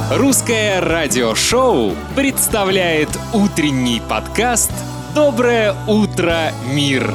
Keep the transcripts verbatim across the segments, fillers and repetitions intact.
Русское радиошоу представляет утренний подкаст «Доброе утро, мир».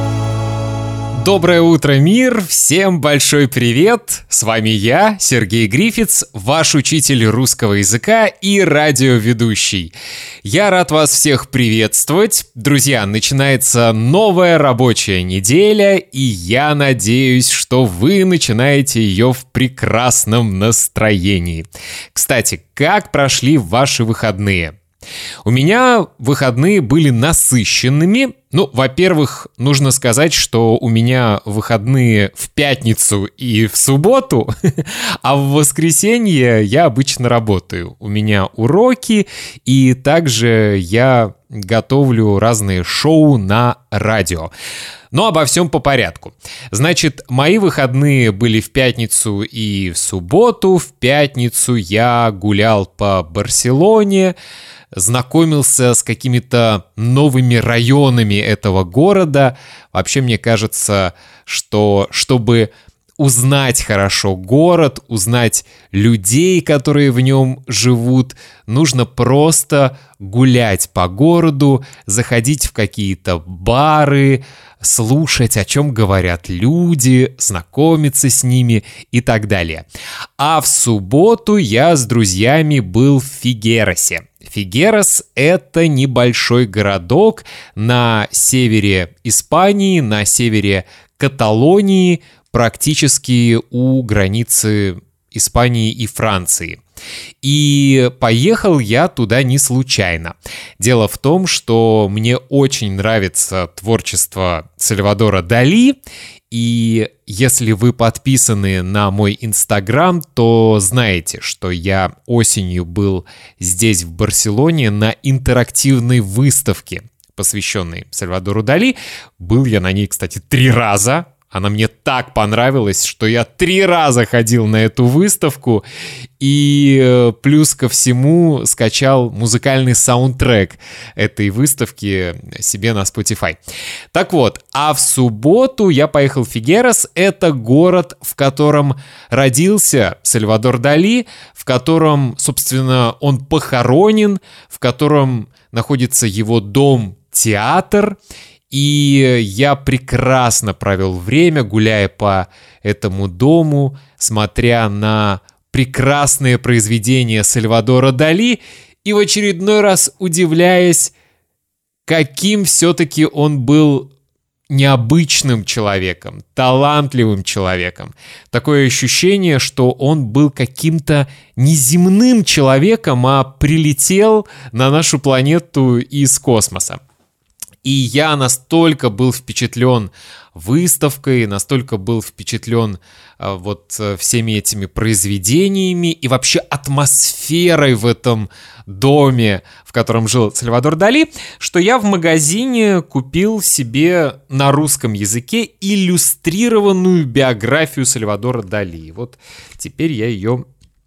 Доброе утро, мир! Всем большой привет! С вами я, Сергей Грифиц, ваш учитель русского языка и радиоведущий. Я рад вас всех приветствовать. Друзья, начинается новая рабочая неделя, и я надеюсь, что вы начинаете ее в прекрасном настроении. Кстати, как прошли ваши выходные? У меня выходные были насыщенными. Ну, во-первых, нужно сказать, что у меня выходные в пятницу и в субботу, а в воскресенье я обычно работаю. У меня уроки, и также я готовлю разные шоу на радио. Но обо всем по порядку. Значит, мои выходные были в пятницу и в субботу. В пятницу я гулял по Барселоне, знакомился с какими-то новыми районами этого города. Вообще, мне кажется, что чтобы узнать хорошо город, узнать людей, которые в нем живут, нужно просто гулять по городу, заходить в какие-то бары, слушать, о чем говорят люди, знакомиться с ними и так далее. А в субботу я с друзьями был в Фигеросе. Фигерос — это небольшой городок на севере Испании, на севере Каталонии, практически у границы Испании и Франции. И поехал я туда не случайно. Дело в том, что мне очень нравится творчество Сальвадора Дали, и если вы подписаны на мой Инстаграм, то знаете, что я осенью был здесь, в Барселоне, на интерактивной выставке, посвященной Сальвадору Дали. Был я на ней, кстати, три раза. Она мне так понравилась, что я три раза ходил на эту выставку и плюс ко всему скачал музыкальный саундтрек этой выставки себе на Spotify. Так вот, а в субботу я поехал в Фигерос. Это город, в котором родился Сальвадор Дали, в котором, собственно, он похоронен, в котором находится его дом-театр. И я прекрасно провел время, гуляя по этому дому, смотря на прекрасные произведения Сальвадора Дали и в очередной раз удивляясь, каким все-таки он был необычным человеком, талантливым человеком. Такое ощущение, что он был каким-то неземным человеком, а прилетел на нашу планету из космоса. И я настолько был впечатлен выставкой, настолько был впечатлен а, вот всеми этими произведениями и вообще атмосферой в этом доме, в котором жил Сальвадор Дали, что я в магазине купил себе на русском языке иллюстрированную биографию Сальвадора Дали. Вот теперь я ее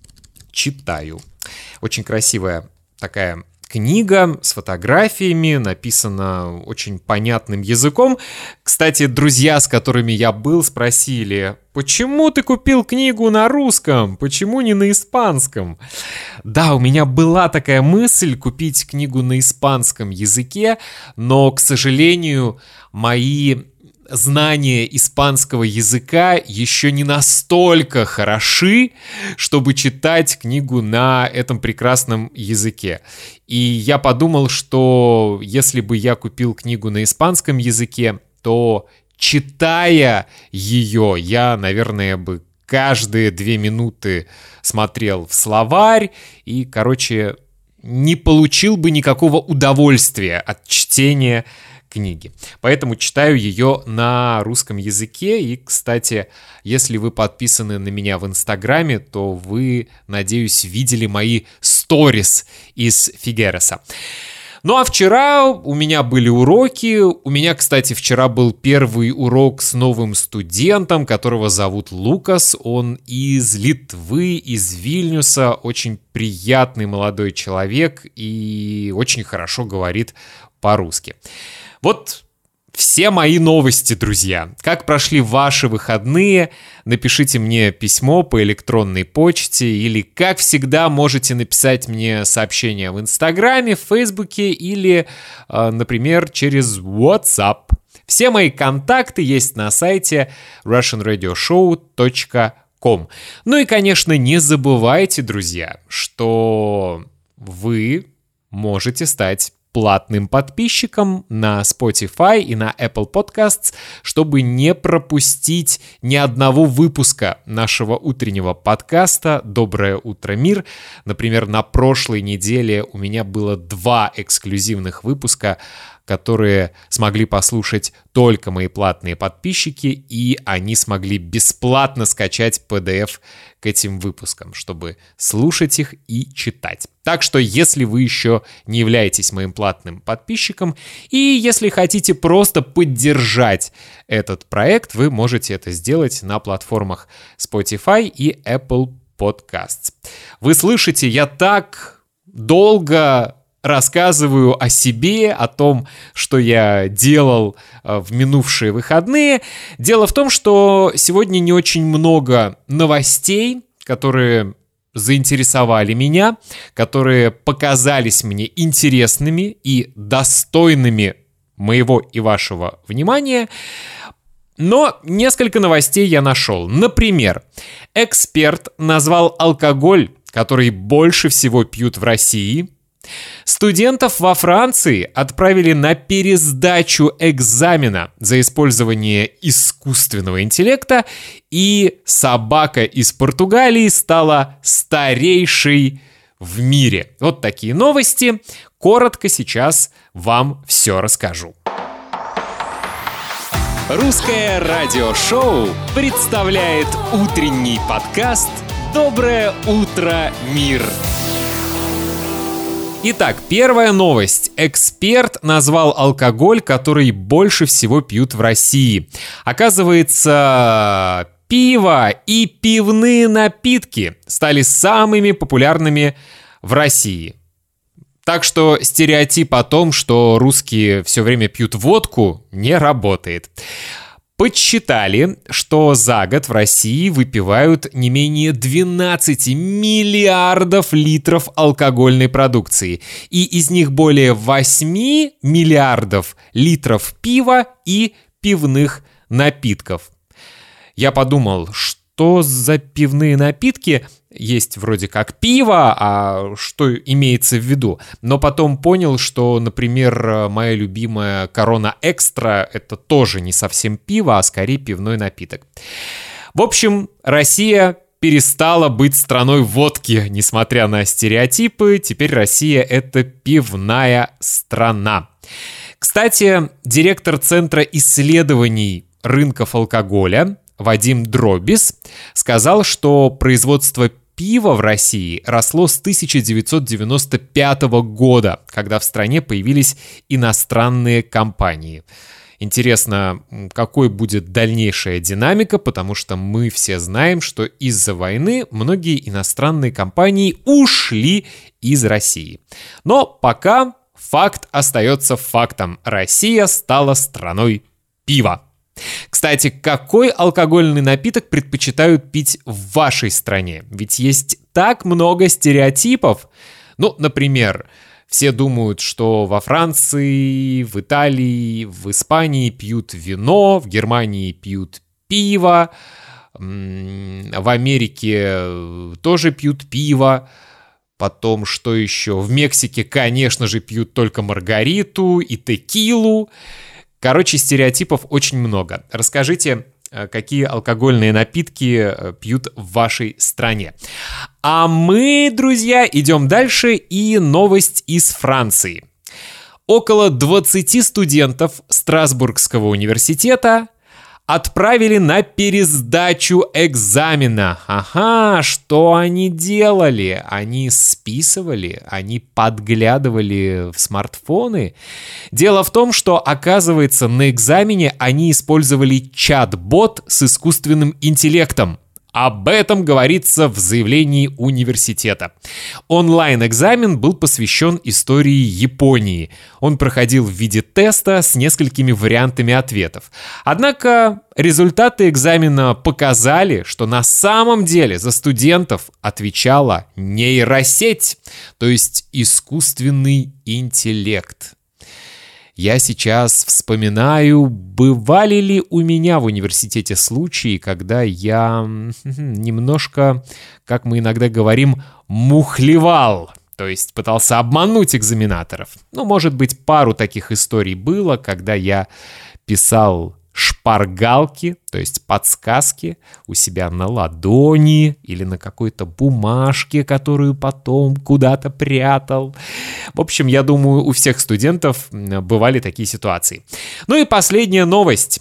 читаю. Очень красивая такая книга с фотографиями, написана очень понятным языком. Кстати, друзья, с которыми я был, спросили: почему ты купил книгу на русском? Почему не на испанском? Да, у меня была такая мысль купить книгу на испанском языке, но, к сожалению, мои знания испанского языка еще не настолько хороши, чтобы читать книгу на этом прекрасном языке. И я подумал, что если бы я купил книгу на испанском языке, то, читая ее, я, наверное, бы каждые две минуты смотрел в словарь и, короче, не получил бы никакого удовольствия от чтения книги. Поэтому читаю ее на русском языке. И, кстати, если вы подписаны на меня в Инстаграме, то вы, надеюсь, видели мои сторис из Фигероса. Ну а вчера у меня были уроки. У меня, кстати, вчера был первый урок с новым студентом, которого зовут Лукас. Он из Литвы, из Вильнюса. Очень приятный молодой человек и очень хорошо говорит по-русски. Вот все мои новости, друзья. Как прошли ваши выходные? Напишите мне письмо по электронной почте или, как всегда, можете написать мне сообщение в Инстаграме, в Фейсбуке или, например, через WhatsApp. Все мои контакты есть на сайте russian radio show точка ком. Ну и, конечно, не забывайте, друзья, что вы можете стать платным подписчиком на Spotify и на Apple Podcasts, чтобы не пропустить ни одного выпуска нашего утреннего подкаста «Доброе утро, мир». Например, на прошлой неделе у меня было два эксклюзивных выпуска, которые смогли послушать только мои платные подписчики, и они смогли бесплатно скачать пи ди эф к этим выпускам, чтобы слушать их и читать. Так что, если вы еще не являетесь моим платным подписчиком, и если хотите просто поддержать этот проект, вы можете это сделать на платформах Spotify и Apple Podcasts. Вы слышите, я так долго рассказываю о себе, о том, что я делал в минувшие выходные. Дело в том, что сегодня не очень много новостей, которые заинтересовали меня, которые показались мне интересными и достойными моего и вашего внимания. Но несколько новостей я нашел. Например, эксперт назвал алкоголь, который больше всего пьют в России. Студентов во Франции отправили на пересдачу экзамена за использование искусственного интеллекта, и собака из Португалии стала старейшей в мире. Вот такие новости. Коротко сейчас вам все расскажу. Русское радиошоу представляет утренний подкаст «Доброе утро, мир». Итак, первая новость. Эксперт назвал алкоголь, который больше всего пьют в России. Оказывается, пиво и пивные напитки стали самыми популярными в России. Так что стереотип о том, что русские все время пьют водку, не работает. Подсчитали, что за год в России выпивают не менее двенадцать миллиардов литров алкогольной продукции. И из них более восемь миллиардов литров пива и пивных напитков. Я подумал, что за пивные напитки? Есть вроде как пиво, а что имеется в виду? Но потом понял, что, например, моя любимая Корона Экстра — это тоже не совсем пиво, а скорее пивной напиток. В общем, Россия перестала быть страной водки, несмотря на стереотипы. Теперь Россия — это пивная страна. Кстати, директор Центра исследований рынков алкоголя Вадим Дробис сказал, что производство пива в России росло с тысяча девятьсот девяносто пятого года, когда в стране появились иностранные компании. Интересно, какой будет дальнейшая динамика, потому что мы все знаем, что из-за войны многие иностранные компании ушли из России. Но пока факт остается фактом. Россия стала страной пива. Кстати, какой алкогольный напиток предпочитают пить в вашей стране? Ведь есть так много стереотипов. Ну, например, все думают, что во Франции, в Италии, в Испании пьют вино, в Германии пьют пиво, в Америке тоже пьют пиво. Потом, что еще? В Мексике, конечно же, пьют только маргариту и текилу. Короче, стереотипов очень много. Расскажите, какие алкогольные напитки пьют в вашей стране. А мы, друзья, идем дальше, и новость из Франции. Около двадцати студентов Страсбургского университета отправили на пересдачу экзамена. Ага, что они делали? Они списывали, они подглядывали в смартфоны. Дело в том, что, оказывается, на экзамене они использовали чат-бот с искусственным интеллектом. Об этом говорится в заявлении университета. Онлайн-экзамен был посвящен истории Японии. Он проходил в виде теста с несколькими вариантами ответов. Однако результаты экзамена показали, что на самом деле за студентов отвечала нейросеть, то есть искусственный интеллект. Я сейчас вспоминаю, бывали ли у меня в университете случаи, когда я немножко, как мы иногда говорим, мухлевал, то есть пытался обмануть экзаменаторов. Ну, может быть, пару таких историй было, когда я писал шпаргалки, то есть подсказки у себя на ладони или на какой-то бумажке, которую потом куда-то прятал. В общем, я думаю, у всех студентов бывали такие ситуации. Ну и последняя новость.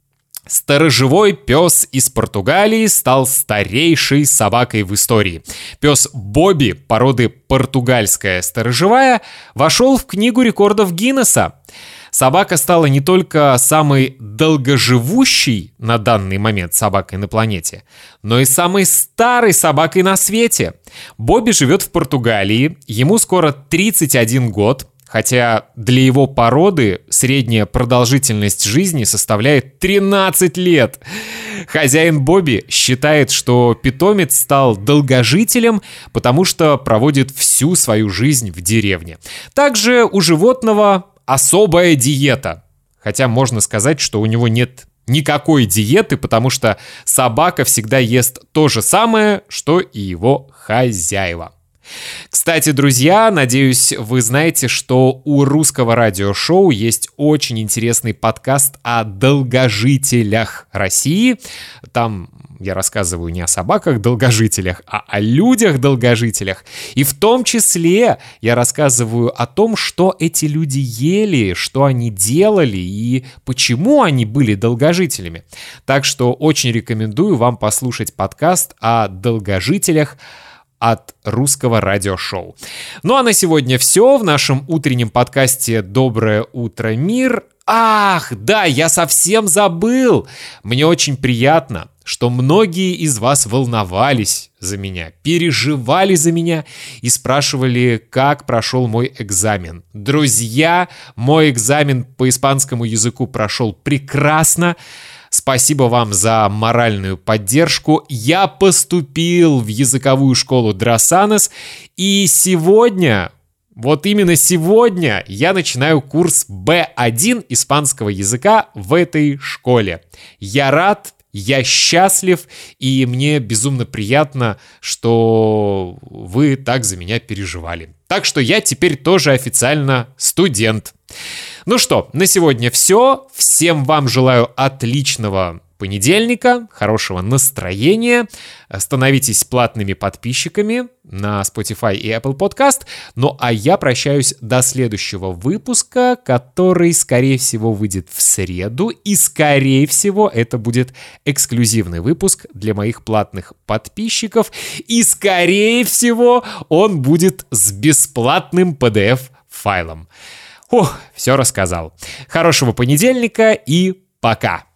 Сторожевой пес из Португалии стал старейшей собакой в истории. Пес Бобби, породы португальская сторожевая, вошел в книгу рекордов Гиннесса. Собака стала не только самой долгоживущей на данный момент собакой на планете, но и самой старой собакой на свете. Бобби живет в Португалии, ему скоро тридцать один год, хотя для его породы средняя продолжительность жизни составляет тринадцать лет. Хозяин Бобби считает, что питомец стал долгожителем, потому что проводит всю свою жизнь в деревне. Также у животного особая диета. Хотя можно сказать, что у него нет никакой диеты, потому что собака всегда ест то же самое, что и его хозяева. Кстати, друзья, надеюсь, вы знаете, что у Русского радиошоу есть очень интересный подкаст о долгожителях России. Там я рассказываю не о собаках-долгожителях, а о людях-долгожителях. И в том числе я рассказываю о том, что эти люди ели, что они делали и почему они были долгожителями. Так что очень рекомендую вам послушать подкаст о долгожителях от Русского радиошоу. Ну а на сегодня все в нашем утреннем подкасте «Доброе утро, мир». Ах, да, я совсем забыл. Мне очень приятно, что многие из вас волновались за меня, переживали за меня и спрашивали, как прошел мой экзамен. Друзья, мой экзамен по испанскому языку прошел прекрасно. Спасибо вам за моральную поддержку. Я поступил в языковую школу Дросанес, и сегодня... Вот именно сегодня я начинаю курс би один испанского языка в этой школе. Я рад, я счастлив, и мне безумно приятно, что вы так за меня переживали. Так что я теперь тоже официально студент. Ну что, на сегодня все. Всем вам желаю отличного понедельника, хорошего настроения. Становитесь платными подписчиками на Spotify и Apple Podcast. Ну а я прощаюсь до следующего выпуска, который, скорее всего, выйдет в среду. И, скорее всего, это будет эксклюзивный выпуск для моих платных подписчиков. И, скорее всего, он будет с бесплатным пи ди эф-файлом. Ух, все рассказал. Хорошего понедельника и пока!